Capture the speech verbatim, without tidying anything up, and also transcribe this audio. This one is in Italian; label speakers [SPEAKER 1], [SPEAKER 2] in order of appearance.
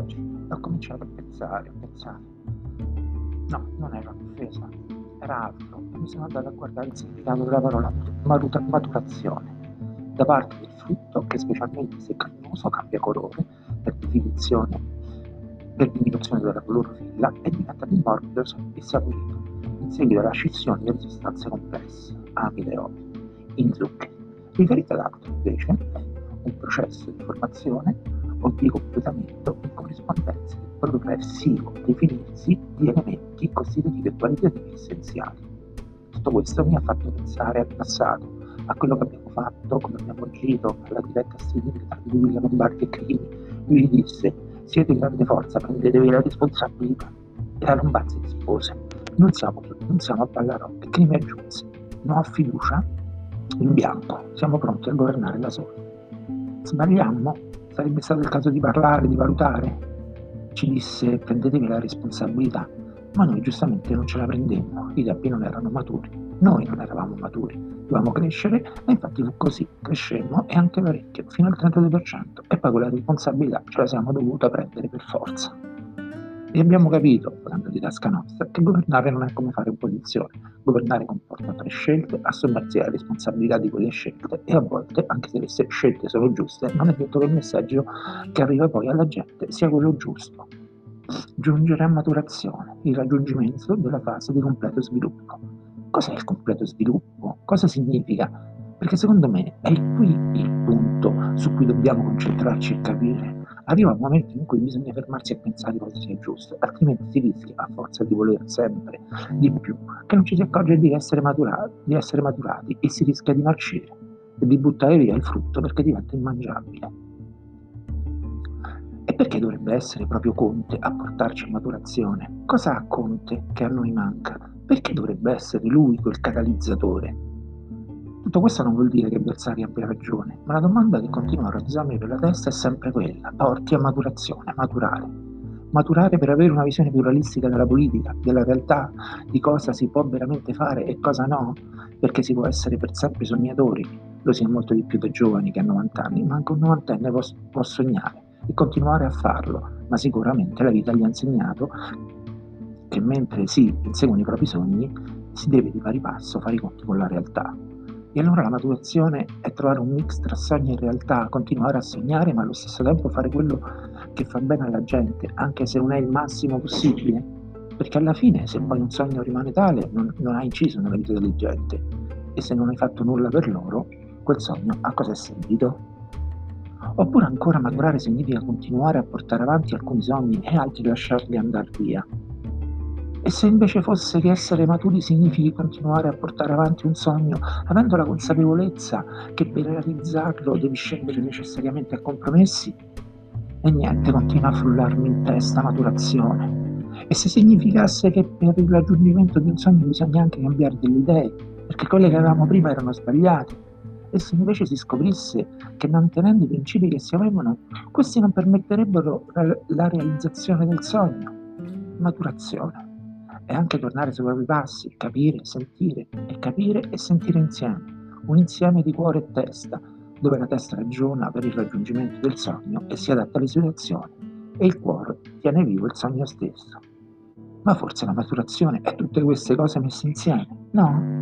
[SPEAKER 1] oggi e ho cominciato a pensare, a pensare. No, non era un'offesa, era altro e mi sono andato a guardare il significato della parola maruta- maturazione. Da parte del frutto che specialmente se carnoso cambia colore per definizione, per diminuzione della clorofilla e diventa più morbido e saporito, in seguito alla scissione delle sostanze complesse, amide e olio, in zuccheri. Riferita ad altro invece è un processo di formazione o di completamento in corrispondenza del progressivo definirsi di elementi costitutivi e qualitativi essenziali. Tutto questo mi ha fatto pensare al passato, a quello che abbiamo fatto, come abbiamo agito, alla diretta stilica di William Lombardi e Crimi. Lui gli disse: siete di grande forza, prendetevi la responsabilità. E la Lombardi rispose: non siamo, non siamo a Ballarò. E Crimi aggiunse: non ho fiducia in bianco, siamo pronti a governare da soli. Sbagliammo? Sarebbe stato il caso di parlare, di valutare? Ci disse: prendetevi la responsabilità. Ma noi giustamente non ce la prendemmo, i tempi non erano maturi, noi non eravamo maturi, dovevamo crescere e infatti fu così, crescemmo e anche parecchio, fino al trentadue per cento e poi quella responsabilità ce la siamo dovuta prendere per forza. E abbiamo capito, parlando di tasca nostra, che governare non è come fare opposizione, governare comporta fare scelte, assumersi la responsabilità di quelle scelte e a volte, anche se le scelte sono giuste, non è detto che il messaggio che arriva poi alla gente sia quello giusto. Giungere a maturazione, il raggiungimento della fase di completo sviluppo. Cos'è il completo sviluppo? Cosa significa? Perché secondo me è qui il punto su cui dobbiamo concentrarci e capire. Arriva un momento in cui bisogna fermarsi a pensare cosa sia giusto, altrimenti si rischia, a forza di voler sempre di più, che non ci si accorge di essere maturati, di essere maturati e si rischia di marcire e di buttare via il frutto perché diventa immangiabile. E perché dovrebbe essere proprio Conte a portarci a maturazione? Cosa ha Conte che a noi manca? Perché dovrebbe essere lui quel catalizzatore? Tutto questo non vuol dire che Bersani abbia ragione, ma la domanda che continua a ronzarmi per la testa è sempre quella: porti a maturazione, a maturare. Maturare per avere una visione pluralistica della politica, della realtà, di cosa si può veramente fare e cosa no, perché si può essere per sempre sognatori, lo si è molto di più dai giovani che a novanta anni, ma anche un novantenne può, può sognare e continuare a farlo, ma sicuramente la vita gli ha insegnato che mentre si inseguono i propri sogni, si deve di pari passo fare i conti con la realtà. E allora la maturazione è trovare un mix tra sogno e realtà, continuare a sognare ma allo stesso tempo fare quello che fa bene alla gente, anche se non è il massimo possibile. Perché alla fine, se poi un sogno rimane tale, non, non ha inciso nella vita della gente. E se non hai fatto nulla per loro, quel sogno a cosa è servito? Oppure ancora maturare significa continuare a portare avanti alcuni sogni e altri lasciarli andare via. E se invece fosse che essere maturi significhi continuare a portare avanti un sogno, avendo la consapevolezza che per realizzarlo devi scendere necessariamente a compromessi? E niente, continua a frullarmi in testa maturazione. E se significasse che per il raggiungimento di un sogno bisogna anche cambiare delle idee, perché quelle che avevamo prima erano sbagliate? E se invece si scoprisse che mantenendo i principi che si avevano, questi non permetterebbero la realizzazione del sogno? Maturazione. E anche tornare sui propri passi, capire, sentire e capire e sentire insieme, un insieme di cuore e testa, dove la testa ragiona per il raggiungimento del sogno e si adatta alle situazioni e il cuore tiene vivo il sogno stesso. Ma forse la maturazione è tutte queste cose messe insieme, no?